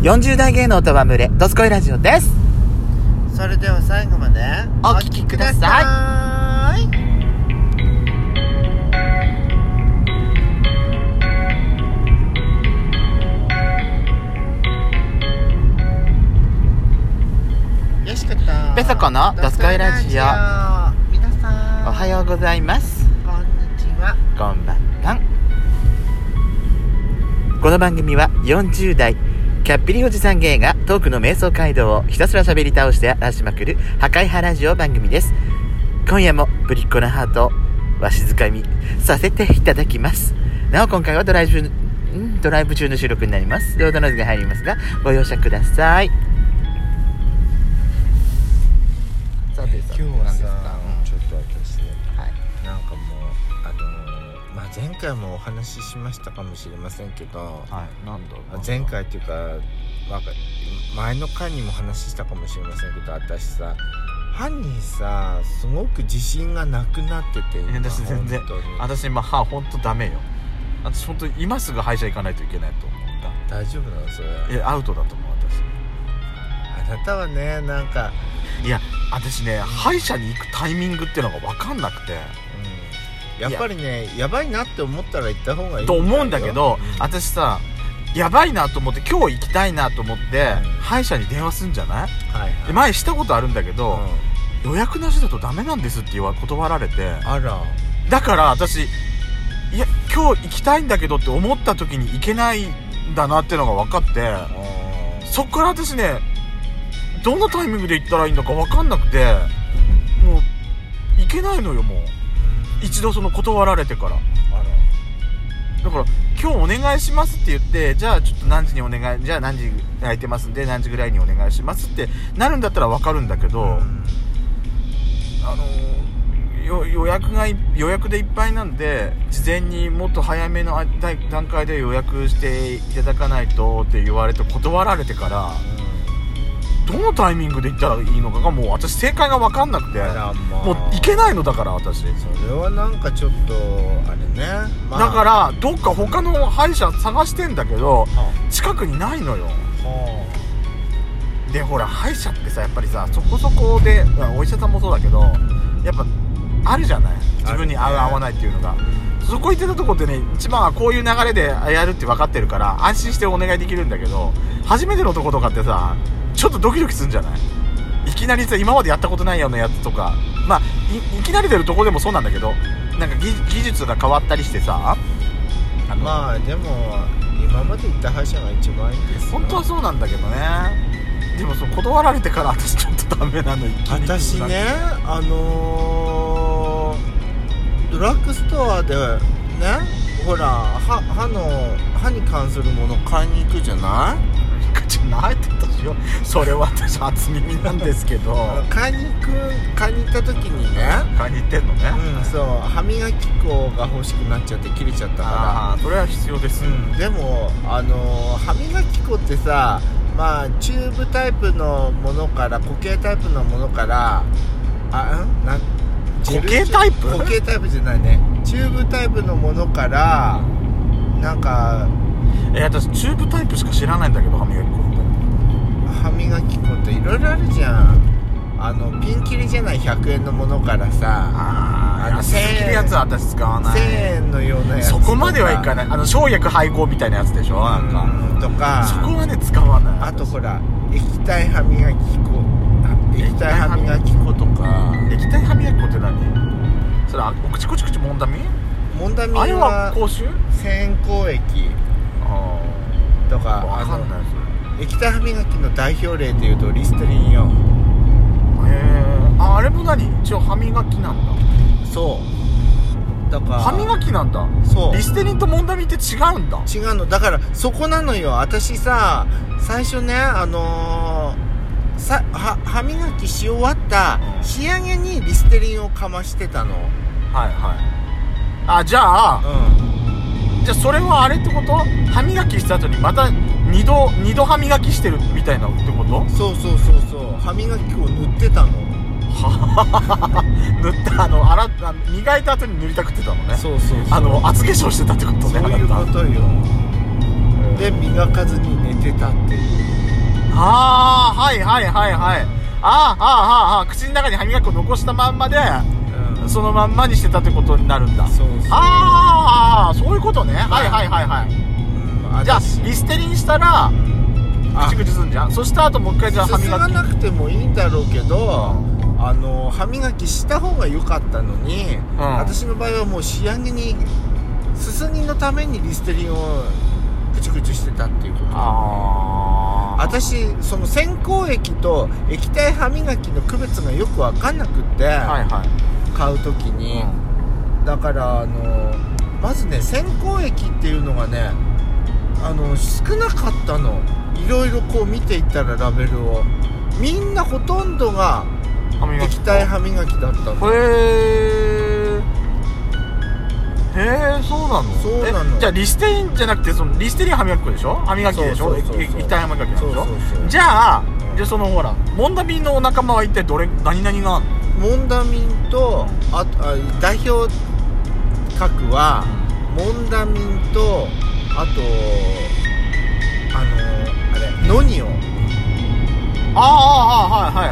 40代芸能とは群れドスコイラジオです。 それでは最後までお聞きください。 よしことペソコのドスコイラジオ。 皆さんおはようございます。 こんにちは。 こんばんは。この番組は40代キャッピリおじさん芸がトークの瞑想街道をひたすら喋り倒して荒らしまくる破壊派ラジオ番組です。今夜もぶりっ子なハートをわしづかみさせていただきます。なお今回はドライブ中の収録になります。ロードノイズが入りますがご容赦ください。さて今日はさ、ちょっと私、 はい、 なんかもう前回もお話ししましたかもしれませんけど、 はい、なんだ前回っていうか、前の回にも話したかもしれませんけど、私さ歯にさすごく自信がなくなってて、 私全然私今歯ほんとダメよ。私ほんと今すぐ歯医者行かないといけないと思った。 大丈夫なのそれ？ アウトだと思う私。 あなたはね、なんかいや私ね、歯医者に行くタイミングっていうのが分かんなくて、 やっぱりね、やばいなって思ったら行った方がいいと思うんだけど、私さやばいなと思って今日行きたいなと思って、歯医者に電話すんじゃない？はいはい、で前したことあるんだけど、予約なしだとダメなんですって断られて、 あら、 だから私いや今日行きたいんだけどって思った時に行けないんだなってのが分かって、そっから私ねどのタイミングで行ったらいいのか分かんなくて、もう行けないのよ。もう一度その断られてから。だから今日お願いしますって言って、じゃあちょっと何時にお願い、じゃあ何時空いてますんで何時ぐらいにお願いしますってなるんだったら分かるんだけど、予約でいっぱいなんで、事前にもっと早めの段階で予約していただかないとって言われて断られてから、どのタイミングで行ったらいいのかがもう私正解が分かんなくて、もう行けないの。だから私それはなんかちょっとあれね、 だからどっか他の歯医者探してんだけど、近くにないのよ。でほら歯医者ってさやっぱりさそこそこで、お医者さんもそうだけどやっぱあるじゃない、自分に合う合わないっていうのが。そこ行ってたとこってね、一番はこういう流れでやるって分かってるから安心してお願いできるんだけど、初めてのとことかってさちょっとドキドキするんじゃない？いきなりさ今までやったことないようなやつとか、いきなり出るとこでもそうなんだけど、なんか技術が変わったりしてさ、 でも今まで行った歯医者が一番いいんですよ。 本当はそうなんだけどね。でも断られてから私ちょっとダメなの。 私ね、ドラッグストアでね、ほら歯に関するもの買いに行くじゃない？ じゃないって言ったしよ。それは私初耳なんですけど買いに行った時にね、 買いに行ってんのね、 そう歯磨き粉が欲しくなっちゃって切れちゃったから。 それは必要です、 でも歯磨き粉ってさ、チューブタイプのものから固形タイプのものから、 固形タイプ？ 固形タイプじゃないね、チューブタイプのものからなんか、 私チューブタイプしか知らないんだけど、歯磨き粉っていろいろあるじゃん。ピンキリじゃない100円のものからさ、 安すぎるやつは私使わない。 1000円のようなやつそこまではいかない。生薬配合みたいなやつでしょ、なんかとか。 そこはね使わない。 あとほら液体歯磨き粉とか。 液体歯磨き粉って何？それはお口もんだみあれは口臭？ 洗香液とか。 わかんない。 液体歯磨きの代表例でいうとリステリンよ。 あれも何？一応歯磨きなんだ。 そうだから歯磨きなんだ。そう、リステリンとモンダミンって違うんだ。 違うの。だからそこなのよ。私さ最初ね、歯磨きし終わった仕上げにリステリンをかましてたの。はいはい。じゃあそれはあれってこと？歯磨きした後にまた二度歯磨きしてるみたいなってこと？ そう歯磨き粉塗ってたの。 塗った磨いた後に塗りたくってたのね。 そう厚化粧してたってことね。 そういうことよ。で磨かずに寝てたっていう。 はいはいはいはい。口の中に歯磨き粉残したまんまで、そのまんまにしてたってことになるんだ。 そうそう。 そういうことね。はいはいはいはい。じゃあリステリンしたらぐちぐちすんじゃん。そした後もう一回じゃあ歯磨き。 すすがなくてもいいんだろうけど、歯磨きした方が良かったのに、私の場合はもう仕上げにすすぎのためにリステリンをぐちぐちしてたっていうこと。私その洗口液と液体歯磨きの区別がよく分かんなくって、買う時に、だからまずね、洗口液っていうのがね少なかったの。いろいろこう見ていったらラベルをみんなほとんどが液体歯磨きだったの。 へえ、そうなの。 そうなの。 じゃあリステリンじゃなくて、そのリステリン歯磨き粉でしょ、歯磨きでしょ、液体歯磨きなんでしょ。じゃあそのほらモンダミンのお仲間は一体何々があるの。モンダミンと代表格はモンダミンと、あとノニオ。 はい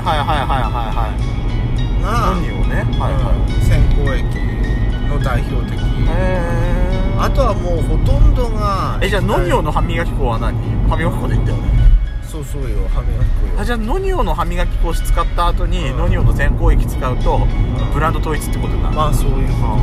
がノニオね。 洗口液の代表的。あとはもうほとんどがじゃあノニオの歯磨き粉は何？歯磨き粉でいいんだよね。 そうそうよ、歯磨き粉よ。 じゃあノニオの歯磨き粉を使った後に、ノニオの洗口液使うと、ブランド統一ってことになる。 まあそういうことだよ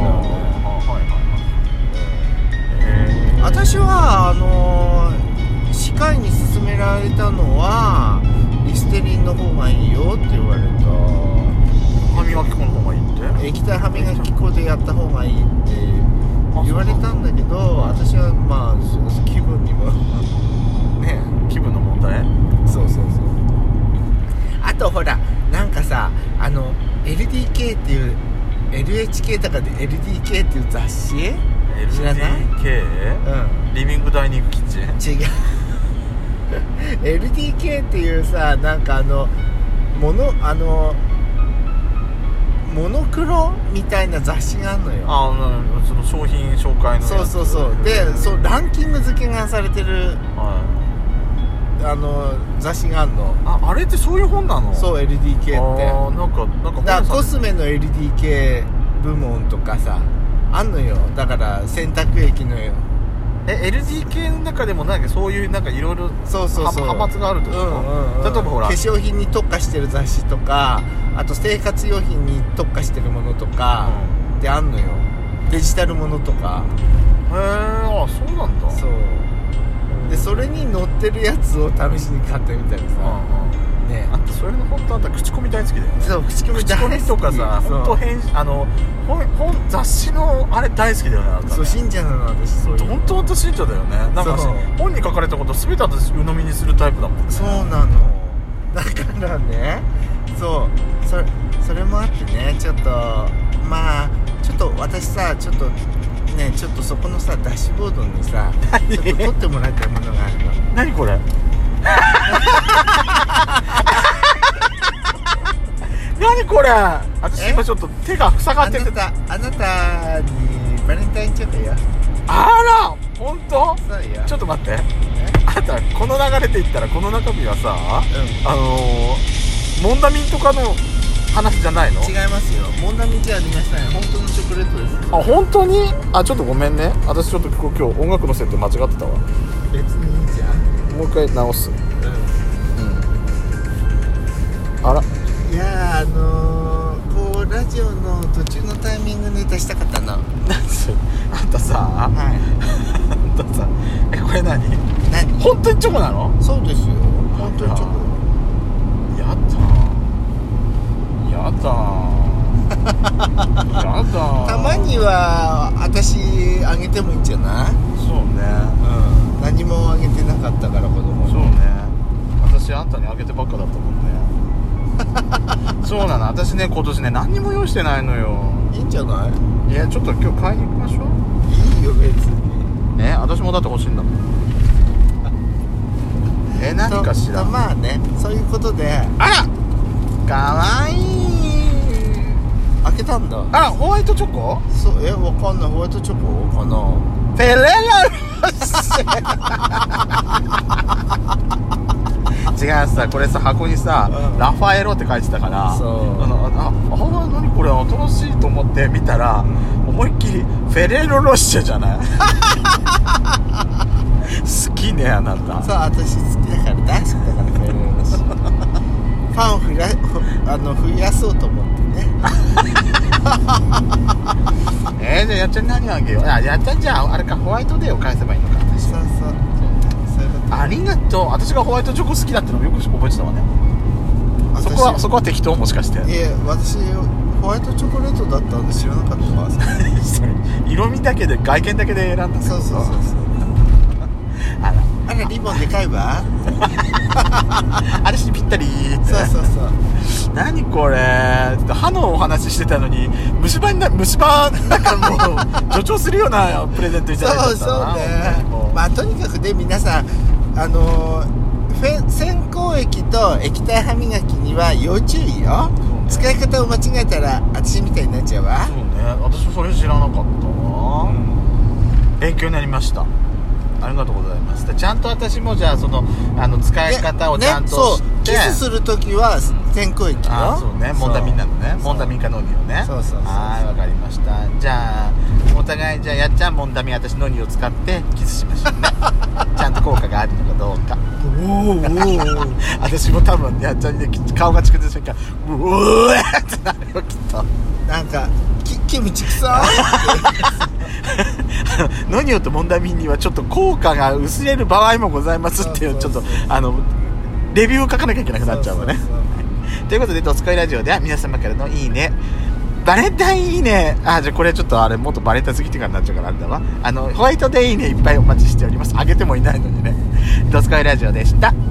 ね。私は歯科医に勧められたのはリステリンの方がいいよって言われた。 歯磨き粉の方がいいって？ 液体歯磨き粉でやった方がいいって言われたんだけど、私はまあ気分にもね、気分の問題。 そうあとほらなんかさLDK っていう LHK とかで LDK っていう雑誌知らない？ LDK？リビングダイニングキッチン？ 違うLDK っていうさ、なんかモノクロみたいな雑誌があるのよ。 その商品紹介のやつ。 そうで、ランキング付けがされてる、雑誌があるの。 あれってそういう本なの？そう LDK ってなんかコスメの LDK 部門とかさあんのよ。だから洗濯液の LDK の中でもなんかそういうなんかいろいろ派閥があるってこと？例えばほら化粧品に特化してる雑誌とか、あと生活用品に特化してるものとかであんのよ。デジタルものとか。 そうなんだ。 そうで、それに載ってるやつを試しに買ってみたりさ、ね。 あんたそれの本当あんた口コミ大好きだよね。 そう、口コミとかさ、本雑誌のあれ大好きだよね。 そう、信者なの私。そういう本当信者だよね。なんか本に書かれたこと全て私鵜呑みにするタイプだもんね。 そうなの。だからね、それもあってね、ちょっとまあちょっと私さ、ちょっとそこのさダッシュボードにさちょっと撮ってもらいたいものがあるの。 何これ何これ。私今ちょっと手が塞がってて。 あなたにバレンタインチョコよ。 あら本当？ そうよ。 ちょっと待って、あなたこの流れで言ったらこの中身はさ、モンダミンとかの話じゃないの？ 違いますよ。モンダミンじゃありません。本当のチョコレートです。 本当に？ちょっとごめんね。私ちょっと今日音楽の設定間違ってたわ。 別にいいじゃん。 もう一回直す。あら。 いやこうラジオの途中のタイミングで出したかったな。 あんたさ、あんたさ、これ何？本当にチョコなの？ そうですよ。本当にチョコ。 やだ。 たまには私あげてもいいんじゃない？ そうね。 何もあげてなかったから子供に。 そうね。私あんたにあげてばっかだったもんね。そうなの。私ね今年ね何にも用意してないのよ。 いいんじゃない？ いやちょっと今日買いに行きましょう。 いいよ別に。 私もだって欲しいんだもん。何かしら。 まあね、そういうことで。 あらかわいい。 開けたんだ。 ホワイトチョコ？ そう、わかんない。ホワイトチョコかな。 フェレラロッセ違うさ、これさ箱にさ、ラファエロって書いてたから、何これ新しいと思って見たら、思いっきりフェレロロッシェじゃない好きねあなた。 そう、私好きだから大好きだからフェレロロッシェファンを増やそうと思ってねじゃあやっちゃん何あげよう。やっちゃんじゃああれか、ホワイトデーを返せばいいのか。 そうありがとう。私がホワイトチョコ好きだってのもよく覚えてたわね。そこは適当もしかして。 いや私ホワイトチョコレートだったんで知らなかったわ色味だけで外見だけで選んだ。 そうあらリボンでかいわあれにぴったりって。 そう何これ、歯のお話してたのに虫歯なんかもう助長するようなプレゼントいただいてた。 そうね。まあとにかくで皆さん洗口液と液体歯磨きには要注意よ。使い方を間違えたら私みたいになっちゃうわ。 そうね、私もそれ知らなかったわ、勉強になりました。ありがとうございます。ちゃんと私もじゃあその使い方をちゃんとして、 キスするときは洗口液よ。 そうね、モンダミンなのね。モンダミンかノニをね。 そうはい、わかりました。じゃあお互いじゃあやっちゃんモンダミン、私ノニを使ってキスしましょうねちゃんと効果があるのかどうか私も多分やっちゃんに顔が近づいた瞬間うーってなるよきっと。 なんかキムチくさノニオとモンダミンにはちょっと効果が薄れる場合もございますっていう、ちょっとレビューを書かなきゃいけなくなっちゃうわね。ということでドスコイラジオでは皆様からのいいね、バレンタインいいね、じゃあこれちょっともっとバレンタイン過ぎてからになっちゃうからあれだわ。ホワイトデーいいねいっぱいお待ちしております。あげてもいないのにね。ドスコイラジオでした。